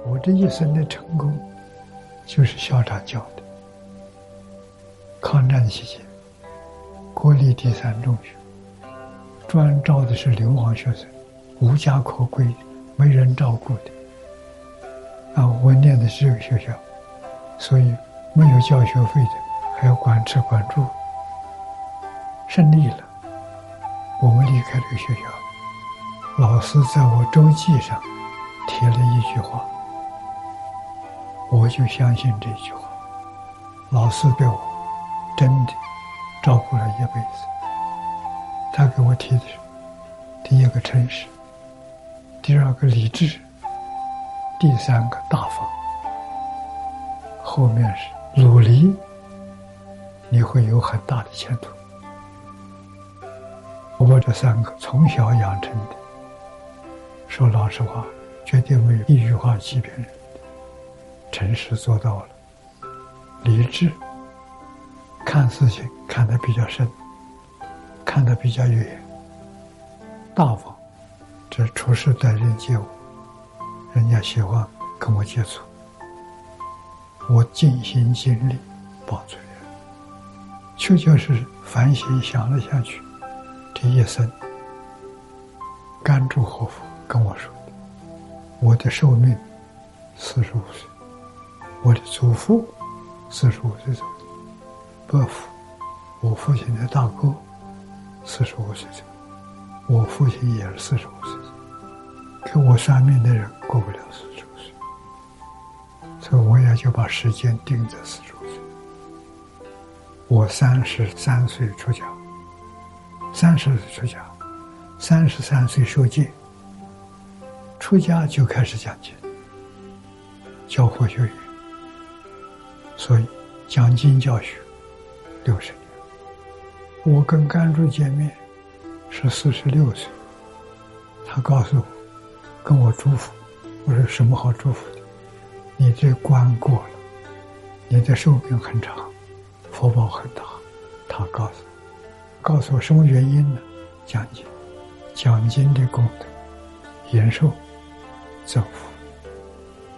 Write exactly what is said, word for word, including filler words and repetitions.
我这一生的成功，就是校长教的。抗战期间，国立第三中学专招的是流亡学生，无家可归，没人照顾的。啊，我念的是这个学校，所以没有交学费的，还要管吃管住。胜利了，我们离开这个学校，老师在我周记上贴了一句话，我就相信这句话。老师对我真的照顾了一辈子。他给我提的是：第一个诚实，第二个理智，第三个大方，后面是努力，你会有很大的前途。我这三个从小养成的，说老实话，绝对没有一句话欺骗人。诚实做到了，理智，看事情看得比较深，看得比较远，大方，这处事待人接物，人家喜欢跟我接触，我尽心尽力帮助人。确确实实反省想了下去，这一生，甘珠活佛跟我说的，我的寿命四十五岁，我的祖父四十五岁走的，伯父，我父亲的大哥四十五岁走的，我父亲也是四十五岁走的，给我算命的人过不了四十五岁，所以我也就把时间定在四十五岁。我三十三岁出家，三十岁出家，三十三岁受戒，出家就开始讲经，教佛学院，所以讲经教学六十年。我跟甘珠见面是四十六岁，他告诉我，跟我祝福，我说什么好祝福的？你这关过了，你的寿命很长，福报很大。他告诉我，告诉我什么原因呢？讲经，讲经的功德，延寿增福。